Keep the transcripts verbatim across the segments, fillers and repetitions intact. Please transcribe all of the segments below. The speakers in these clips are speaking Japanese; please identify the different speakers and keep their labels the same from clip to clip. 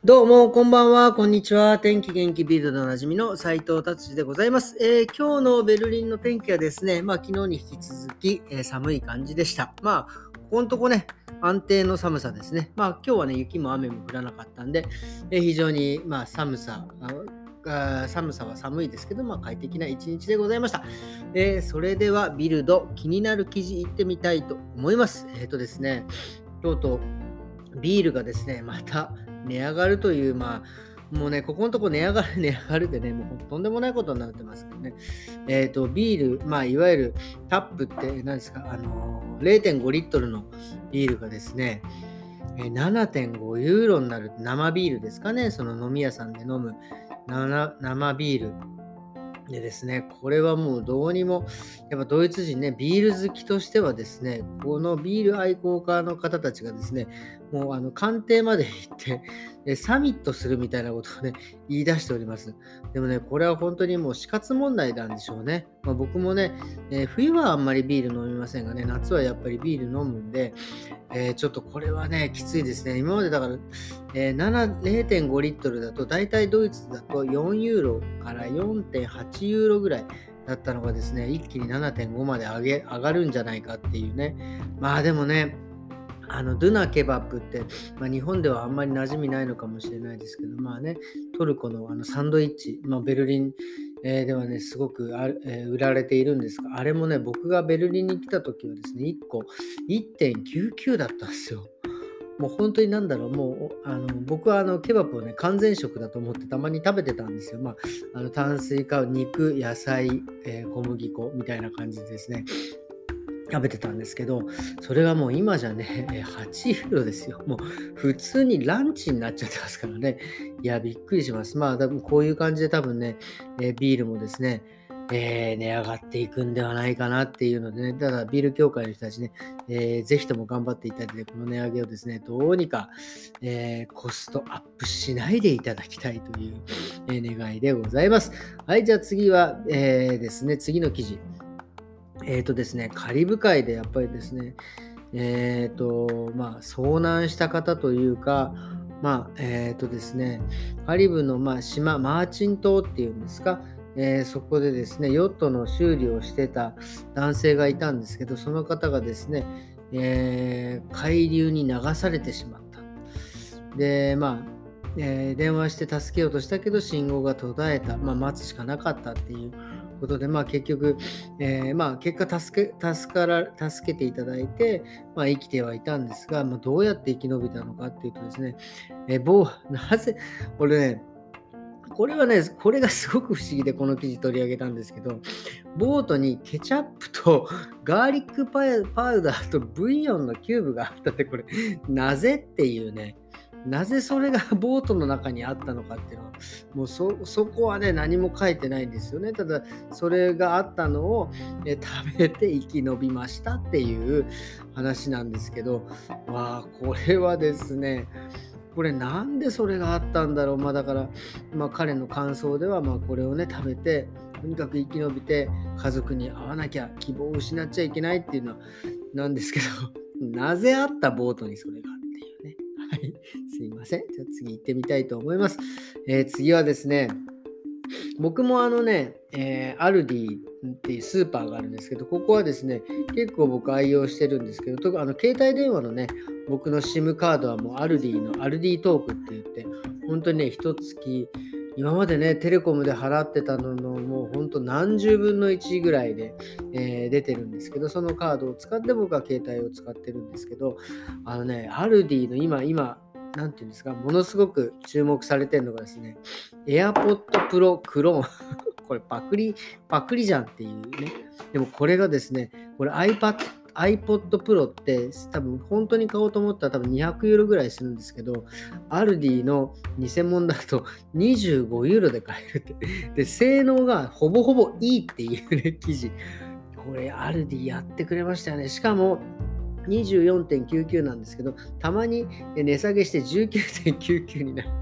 Speaker 1: どうも、こんばんは、こんにちは。天気元気ビルドでおなじみの斉藤達治でございます。えー今日のベルリンの天気はですね、まあ昨日に引き続き、えー寒い感じでした。まあ、ここのとこね、安定の寒さですね。まあ今日はね、雪も雨も降らなかったんで、えー非常にまあ寒さ、ああ寒さは寒いですけど、まあ快適な一日でございました。えーそれではビルド、気になる記事いってみたいと思います。えっ、とですね、とうとうビールがですね、また値上がるという、まあ、もうね、ここのとこ値上がる、値上がるでね、もうとんでもないことになってますけどね。えっ、と、ビール、まあ、いわゆるタップって何ですか、あのー、れいてんごリットルのビールがですね、えーななてんごユーロになる、生ビールですかね、その飲み屋さんで飲むな生ビール。でですね、これはもうどうにも、やっぱドイツ人ね、ビール好きとしてはですね、このビール愛好家の方たちがですね、もうあの官邸まで行ってえサミットするみたいなことをね、言い出しております。でもね、これは本当にもう死活問題なんでしょうね。まあ、僕もね、えー冬はあんまりビール飲みませんがね、夏はやっぱりビール飲むんで、えーちょっとこれはね、きついですね。今までだから、えー、なな れいてんごリットルだと、だいたいドイツだとよんユーロからよんてんはちユーロぐらいだったのがですね、一気にななてんごまで上げ上がるんじゃないかっていうね。まあでもね、あのドゥナケバップって、まあ、日本ではあんまり馴染みないのかもしれないですけど、まあね、トルコのあのサンドイッチ、まあ、ベルリン、えーではね、すごくある、えー売られているんですが、あれもね、僕がベルリンに来た時はですね、いっこいってんきゅうきゅうだったんですよ。もう本当になんだろう、もうあの僕はあのケバブをね、完全食だと思ってたまに食べてたんですよ。まあ、あの炭水化物、肉、野菜、えー小麦粉みたいな感じでですね、食べてたんですけど、それがもう今じゃね、えはちユーロですよ。もう普通にランチになっちゃってますからね。いや、びっくりします。まあ、多分こういう感じで多分ね、えービールもですね、えー値上がっていくんではないかなっていうのでね、ただビール協会の人たちね、えーぜひとも頑張っていただいて、この値上げをですね、どうにか、えーコストアップしないでいただきたいという、えー願いでございます。はい、じゃあ次は、えーですね、次の記事。えっ、とですね、カリブ海でやっぱりですね、えっ、と、まあ、遭難した方というか、まあ、えっ、とですね、カリブの、まあ、島、マーチン島っていうんですか、えーそこでですね、ヨットの修理をしてた男性がいたんですけど、その方がですね、えー海流に流されてしまった。で、まあ、えー電話して助けようとしたけど信号が途絶えた、まあ、待つしかなかったっていうことで、まあ、結局、えーまあ、結果助け助から助けていただいて、まあ、生きてはいたんですが、まあ、どうやって生き延びたのかっていうとですね、えー、某なぜ俺ねこれはね、これがすごく不思議でこの記事取り上げたんですけど、ボートにケチャップとガーリックパウパウダーとブイヨンのキューブがあったって、これ、なぜっていうね、なぜそれがボートの中にあったのかっていうのは、もうそそこはね、何も書いてないんですよね。ただ、それがあったのを、え食べて生き延びましたっていう話なんですけど、わあ、これはですね、これなんでそれがあったんだろう。まあだから、まあ彼の感想では、まあこれをね、食べて、とにかく生き延びて、家族に会わなきゃ、希望を失っちゃいけないっていうのは、なんですけど、なぜあったボートにそれがっていうね。はい。すいません。じゃあ次行ってみたいと思います。えー次はですね、僕もあのね、えーアルディっていうスーパーがあるんですけど、ここはですね、結構僕愛用してるんですけど、特にあの携帯電話のね、僕の SIM カードはもうアルディのアルディトークって言って、本当にね、一月、今までね、テレコムで払ってたのの、もう本当何十分のいちぐらいで、えー出てるんですけど、そのカードを使って僕は携帯を使ってるんですけど、あのね、アルディの今、今、なんていうんですか、ものすごく注目されてるのがですね、AirPod Pro クローン。これパクリ、パクリじゃんっていうね。でもこれがですね、これ iPad、iPod Pro って多分本当に買おうと思ったら多分にひゃくユーロぐらいするんですけど、アルディの偽物だとにじゅうごユーロで買えるって。で、性能がほぼほぼいいっていうね、記事。これアルディやってくれましたよね。しかも、にじゅうよんてんきゅうきゅうなんですけど、たまに値下げして じゅうきゅうてんきゅうきゅう になって、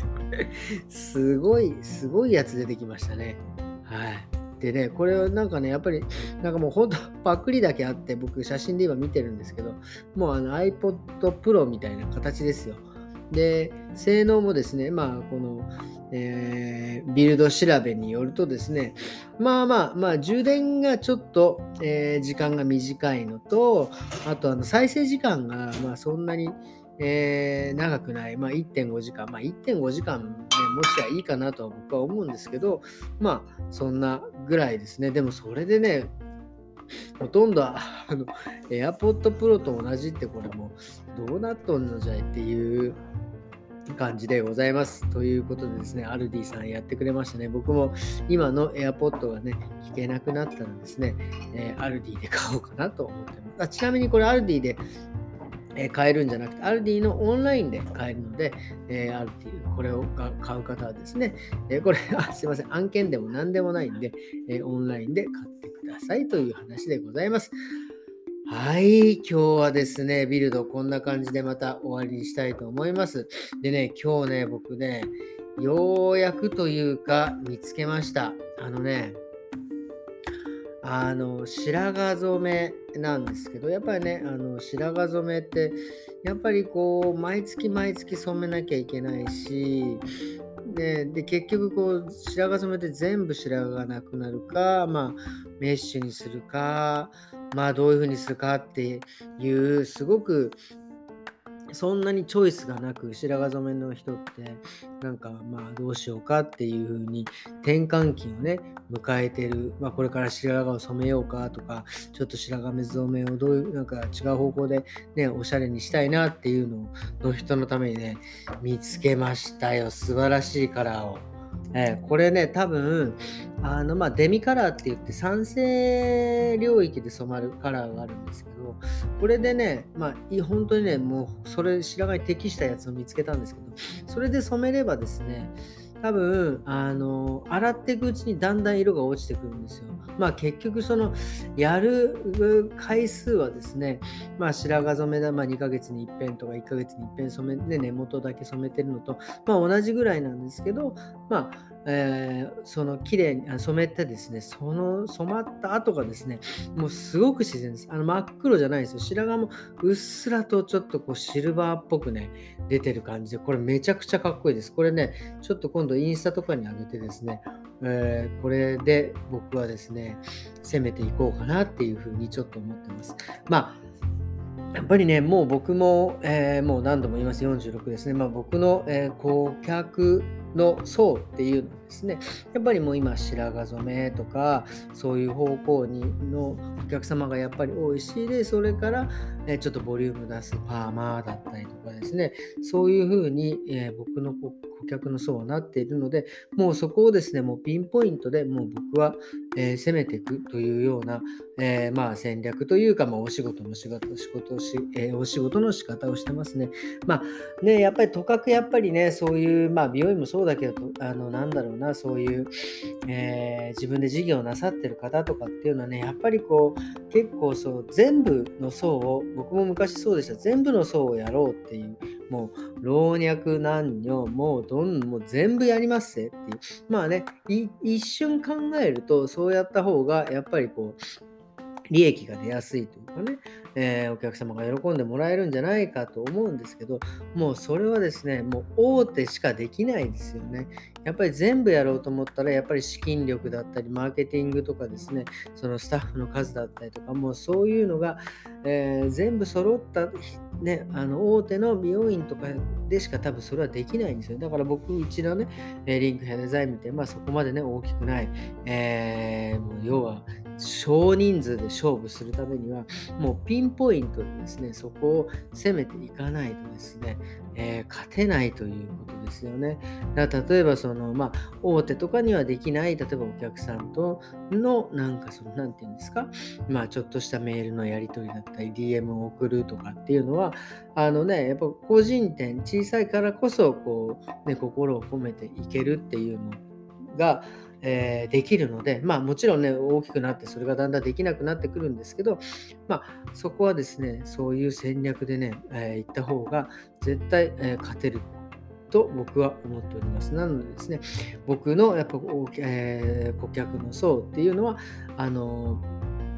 Speaker 1: すごい、すごいやつ出てきましたね。はい。でね、これはなんかね、やっぱり、なんかもうほんとパクリだけあって、僕写真で今見てるんですけど、もうあの iPod Pro みたいな形ですよ。 で、性能もですね、まあ、この、えービルド調べによるとですね、まあまあまあ、充電がちょっと、えー時間が短いのと、あとあの再生時間がまあそんなに、えー長くない、まあ、いってんごじかん、まあ、いってんごじかん、ね、持ちゃいいかなとは僕は思うんですけど、まあそんなぐらいですね。でもそれでね、ほとんどあの AirPod Pro と同じってこれもうどうなっとんのじゃいっていう感じでございます。ということでですね、アルディさんやってくれましたね。僕も今の AirPod がね、聞けなくなったらですね、えーアルディで買おうかなと思ってます。あちなみにこれアルディで、えー買えるんじゃなくて、アルディのオンラインで買えるので、えーアルディ、これをが買う方はですね、えーこれ、あすいません、案件でも何でもないんで、えーオンラインで買ってくださいという話でございます。はい、今日はですね、ビルドこんな感じでまた終わりにしたいと思います。でね、今日ね、僕ね、ようやくというか見つけました。あのね、あの白髪染めなんですけど、やっぱりね、あの白髪染めってやっぱりこう毎月毎月染めなきゃいけないし、で、で結局こう白髪染めって全部白髪がなくなるか、まあメッシュにするか、まあどういう風にするかっていうすごくそんなにチョイスがなく白髪染めの人ってなんかまあどうしようかっていう風に転換期をね迎えてる、まあ、これから白髪を染めようかとかちょっと白髪染めをどういうなんか違う方向でねおしゃれにしたいなっていうのの人のためにね見つけましたよ。素晴らしいカラーを。えーこれね多分あのまあデミカラーって言って酸性領域で染まるカラーがあるんですけど、これでね、まあ、い本当にね、もうそれ白髪に適したやつを見つけたんですけど、それで染めればですね、多分、あの、洗っていくうちにだんだん色が落ちてくるんですよ。まあ結局その、やる回数はですね、まあ白髪染めだ、まあにかげつに一遍とかいっかげつに一遍染めて、根元だけ染めてるのと、まあ同じぐらいなんですけど、まあ、えーその綺麗にあ染めてですね、その染まった後がですね、もうすごく自然です。あの真っ黒じゃないんですよ。白髪もうっすらとちょっとこうシルバーっぽくね、出てる感じで、これめちゃくちゃかっこいいです。これね、ちょっと今度インスタとかに上げてですね、えーこれで僕はですね、攻めていこうかなっていうふうにちょっと思ってます。まあやっぱりね、もう僕も、えーもう何度も言います、よんじゅうろくですね。まあ、僕の、えー顧客の層っていうのはですね、やっぱりもう今、白髪染めとか、そういう方向にのお客様がやっぱり多いし、で、それから、えーちょっとボリューム出すパーマだったりとかですね、そういうふうに、えー僕の顧顧客の層はなっているので、もうそこをですね、もうピンポイントでもう僕は、えー攻めていくというような、えーまあ戦略というか、まあ、お仕事の仕事、仕事をし、えーお仕事の仕方をしてますね。まあね、やっぱりとかくやっぱりね、そういう、まあ美容院もそうだけど、とあの、なんだろうな、そういう、えー自分で事業をなさってる方とかっていうのはね、やっぱりこう、結構そう、全部の層を、僕も昔そうでした、全部の層をやろうっていう、もう、老若男女、もうどん、もう全部やりますぜっていう。まあね、い一瞬考えると、そうやった方が、やっぱりこう、利益が出やすいというかね、えーお客様が喜んでもらえるんじゃないかと思うんですけど、もうそれはですね、もう大手しかできないですよね。やっぱり全部やろうと思ったら、やっぱり資金力だったり、マーケティングとかですね、そのスタッフの数だったりとか、もうそういうのが、えー全部揃った、ね、あの大手の美容院とかでしか多分それはできないんですよ。だから僕、うちのね、えーリンクヘアデザイン見て、まあそこまでね、大きくない、えーもう要は、少人数で勝負するためには、もうピンポイントでですね、そこを攻めていかないとですね、えー勝てないということですよね。だから例えばその、まあ、大手とかにはできない、例えばお客さんとの、なんかその、なんていうんですか、まあ、ちょっとしたメールのやり取りだったり、ディーエム を送るとかっていうのは、あのね、やっぱ個人店、小さいからこそ、こう、ね、心を込めていけるっていうのが、えーできるので、まあもちろんね、大きくなってそれがだんだんできなくなってくるんですけど、まあそこはですね、そういう戦略でね、えー行った方が絶対、えー勝てると僕は思っております。なのでですね、僕のやっぱ、おえー顧客の層っていうのは、あの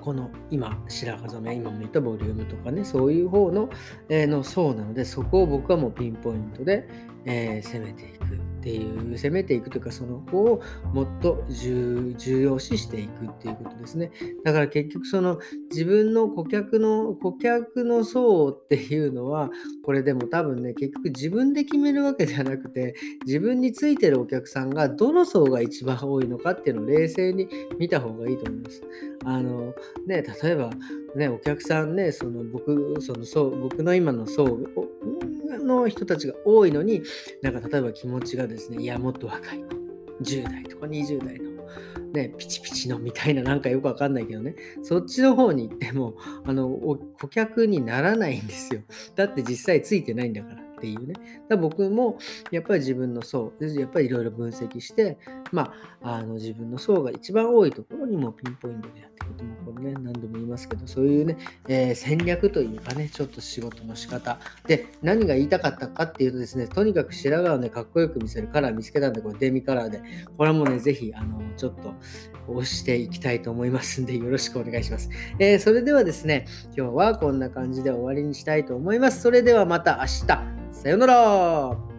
Speaker 1: この今白髪染め、今も言ったボリュームとかね、そういう方の、えーの層なので、そこを僕はもうピンポイントで、えー攻めていくっていう攻めていくというか、その子をもっと重重要視していくっていうことですね。だから結局その自分の顧客の顧客の層っていうのは、これでも多分ね、結局自分で決めるわけではなくて、自分についてるお客さんがどの層が一番多いのかっていうのを冷静に見た方がいいと思います。あのね、例えばね、お客さんね、その僕、その層、僕の今の層をの人たちが多いのに、なんか例えば気持ちがですね、いや、もっと若い子、じゅう代とかにじゅう代の、ね、ピチピチのみたいな、なんかよくわかんないけどね、そっちの方に行っても、あの、お顧客にならないんですよ。だって実際ついてないんだからっていうね。だから僕も、やっぱり自分の層、やっぱりいろいろ分析して、まあ、あの自分の層が一番多いところにもピンポイントでやっていくと、もうこれね、何度も言いますけど、そういうね、えー戦略というかね、ちょっと仕事の仕方。で、何が言いたかったかっていうとですね、とにかく白髪をね、かっこよく見せるカラー見つけたんで、これデミカラーで、これはもうね、ぜひ、あの、ちょっと押していきたいと思いますんで、よろしくお願いします。えーそれではですね、今日はこんな感じで終わりにしたいと思います。それではまた明日。さようなら。